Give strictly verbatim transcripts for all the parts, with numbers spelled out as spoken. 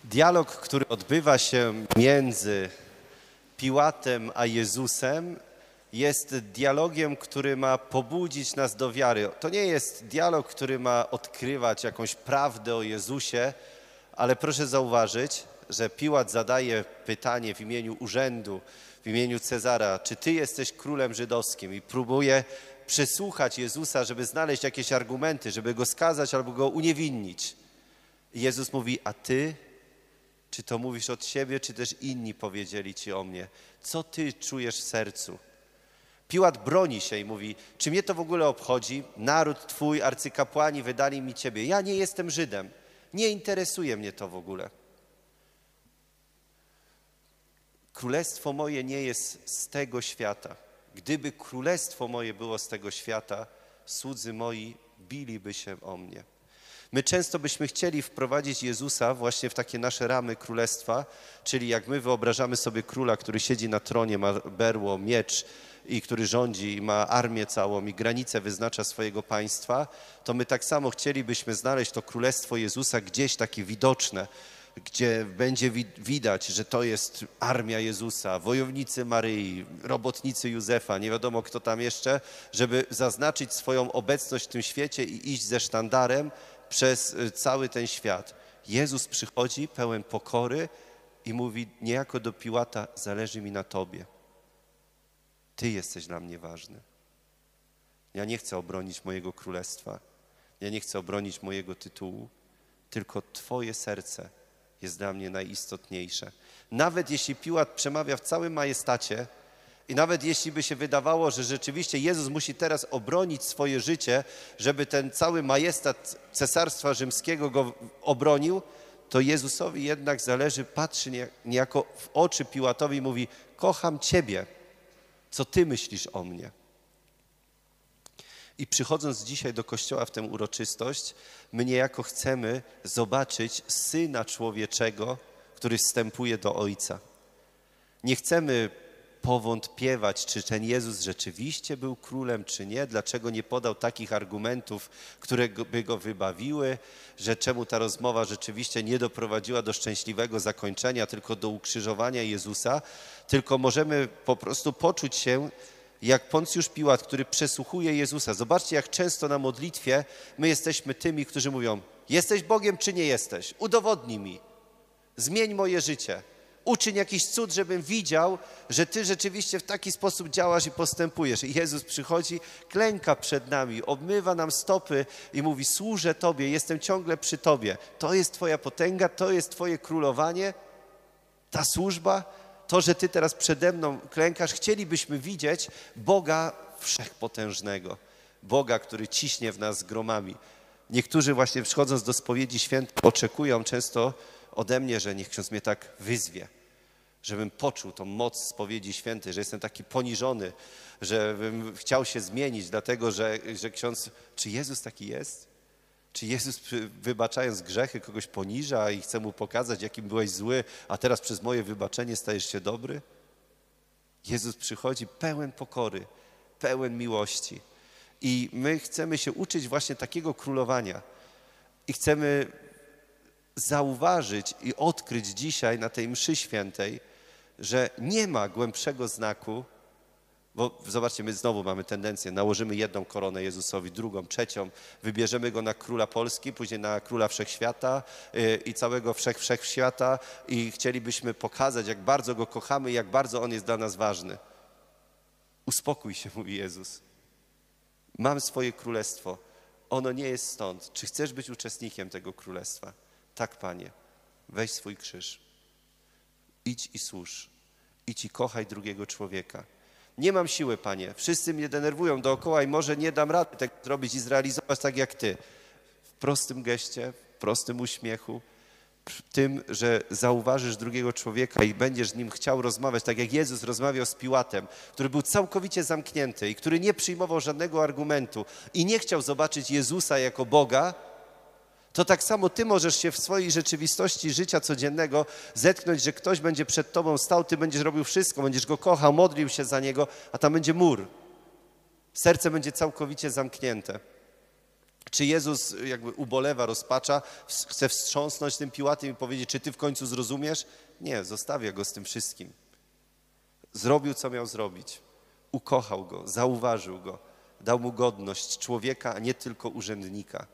Dialog, który odbywa się między Piłatem a Jezusem, jest dialogiem, który ma pobudzić nas do wiary. To nie jest dialog, który ma odkrywać jakąś prawdę o Jezusie, ale proszę zauważyć, że Piłat zadaje pytanie w imieniu urzędu, w imieniu Cezara, czy ty jesteś królem żydowskim, i próbuje przesłuchać Jezusa, żeby znaleźć jakieś argumenty, żeby go skazać albo go uniewinnić. I Jezus mówi, a ty, czy to mówisz od siebie, czy też inni powiedzieli ci o mnie? Co ty czujesz w sercu? Piłat broni się i mówi, czy mnie to w ogóle obchodzi? Naród twój, arcykapłani wydali mi ciebie. Ja nie jestem Żydem. Nie interesuje mnie to w ogóle. Królestwo moje nie jest z tego świata. Gdyby królestwo moje było z tego świata, słudzy moi biliby się o mnie. My często byśmy chcieli wprowadzić Jezusa właśnie w takie nasze ramy królestwa, czyli jak my wyobrażamy sobie króla, który siedzi na tronie, ma berło, miecz i który rządzi i ma armię całą i granicę wyznacza swojego państwa, to my tak samo chcielibyśmy znaleźć to królestwo Jezusa gdzieś takie widoczne, gdzie będzie widać, że to jest armia Jezusa, wojownicy Maryi, robotnicy Józefa, nie wiadomo kto tam jeszcze, żeby zaznaczyć swoją obecność w tym świecie i iść ze sztandarem przez cały ten świat. Jezus przychodzi pełen pokory i mówi niejako do Piłata, zależy mi na tobie. Ty jesteś dla mnie ważny. Ja nie chcę obronić mojego królestwa. Ja nie chcę obronić mojego tytułu, tylko twoje serce jest dla mnie najistotniejsze. Nawet jeśli Piłat przemawia w całym majestacie i nawet jeśli by się wydawało, że rzeczywiście Jezus musi teraz obronić swoje życie, żeby ten cały majestat Cesarstwa Rzymskiego go obronił, to Jezusowi jednak zależy, patrzy niejako w oczy Piłatowi i mówi, kocham ciebie, co ty myślisz o mnie? I przychodząc dzisiaj do Kościoła w tę uroczystość, my niejako chcemy zobaczyć Syna Człowieczego, który wstępuje do Ojca. Nie chcemy powątpiewać, czy ten Jezus rzeczywiście był królem, czy nie, dlaczego nie podał takich argumentów, które by go wybawiły, że czemu ta rozmowa rzeczywiście nie doprowadziła do szczęśliwego zakończenia, tylko do ukrzyżowania Jezusa, tylko możemy po prostu poczuć się jak Poncjusz Piłat, który przesłuchuje Jezusa. Zobaczcie, jak często na modlitwie my jesteśmy tymi, którzy mówią, jesteś Bogiem, czy nie jesteś? Udowodnij mi, zmień moje życie. Uczyń jakiś cud, żebym widział, że ty rzeczywiście w taki sposób działasz i postępujesz. I Jezus przychodzi, klęka przed nami, obmywa nam stopy i mówi, służę Tobie, jestem ciągle przy Tobie. To jest Twoja potęga, to jest Twoje królowanie, ta służba, to, że Ty teraz przede mną klękasz. Chcielibyśmy widzieć Boga wszechpotężnego, Boga, który ciśnie w nas gromami. Niektórzy właśnie przychodząc do spowiedzi świętej oczekują często ode mnie, że niech ksiądz mnie tak wyzwie, żebym poczuł tą moc spowiedzi świętej, że jestem taki poniżony, żebym chciał się zmienić, dlatego że, że ksiądz, czy Jezus taki jest? Czy Jezus, wybaczając grzechy, kogoś poniża i chce mu pokazać, jakim byłeś zły, a teraz przez moje wybaczenie stajesz się dobry? Jezus przychodzi pełen pokory, pełen miłości. I my chcemy się uczyć właśnie takiego królowania. I chcemy zauważyć i odkryć dzisiaj na tej mszy świętej, że nie ma głębszego znaku, bo zobaczcie, my znowu mamy tendencję, nałożymy jedną koronę Jezusowi, drugą, trzecią, wybierzemy Go na króla Polski, później na króla wszechświata i całego wszech, wszechświata i chcielibyśmy pokazać, jak bardzo Go kochamy i jak bardzo On jest dla nas ważny. Uspokój się, mówi Jezus. Mam swoje królestwo. Ono nie jest stąd. Czy chcesz być uczestnikiem tego królestwa? Tak, Panie. Weź swój krzyż. Idź i służ. Idź i kochaj drugiego człowieka. Nie mam siły, Panie. Wszyscy mnie denerwują dookoła i może nie dam rady tego zrobić i zrealizować tak jak Ty. W prostym geście, w prostym uśmiechu, w tym, że zauważysz drugiego człowieka i będziesz z nim chciał rozmawiać, tak jak Jezus rozmawiał z Piłatem, który był całkowicie zamknięty i który nie przyjmował żadnego argumentu i nie chciał zobaczyć Jezusa jako Boga, to tak samo ty możesz się w swojej rzeczywistości życia codziennego zetknąć, że ktoś będzie przed tobą stał, ty będziesz robił wszystko, będziesz go kochał, modlił się za niego, a tam będzie mur. Serce będzie całkowicie zamknięte. Czy Jezus jakby ubolewa, rozpacza, chce wstrząsnąć tym Piłatem i powiedzieć, czy ty w końcu zrozumiesz? Nie, zostawia go z tym wszystkim. Zrobił, co miał zrobić. Ukochał go, zauważył go, dał mu godność człowieka, a nie tylko urzędnika.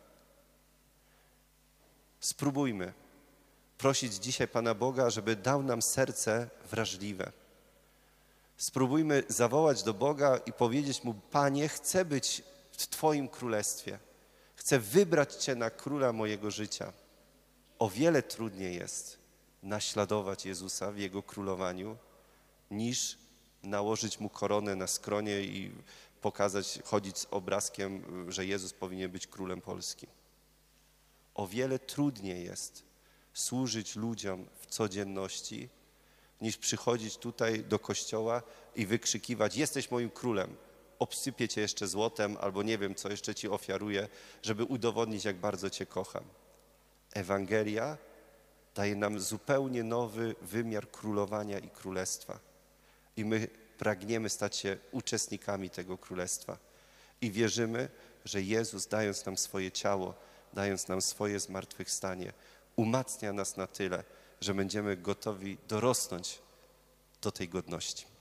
Spróbujmy prosić dzisiaj Pana Boga, żeby dał nam serce wrażliwe. Spróbujmy zawołać do Boga i powiedzieć Mu, Panie, chcę być w Twoim królestwie. Chcę wybrać Cię na króla mojego życia. O wiele trudniej jest naśladować Jezusa w Jego królowaniu, niż nałożyć Mu koronę na skronie i pokazać, chodzić z obrazkiem, że Jezus powinien być królem Polski. O wiele trudniej jest służyć ludziom w codzienności, niż przychodzić tutaj do kościoła i wykrzykiwać, jesteś moim królem, obsypię Cię jeszcze złotem albo nie wiem, co jeszcze Ci ofiaruję, żeby udowodnić, jak bardzo Cię kocham. Ewangelia daje nam zupełnie nowy wymiar królowania i królestwa. I my pragniemy stać się uczestnikami tego królestwa. I wierzymy, że Jezus, dając nam swoje ciało, dając nam swoje zmartwychwstanie, umacnia nas na tyle, że będziemy gotowi dorosnąć do tej godności.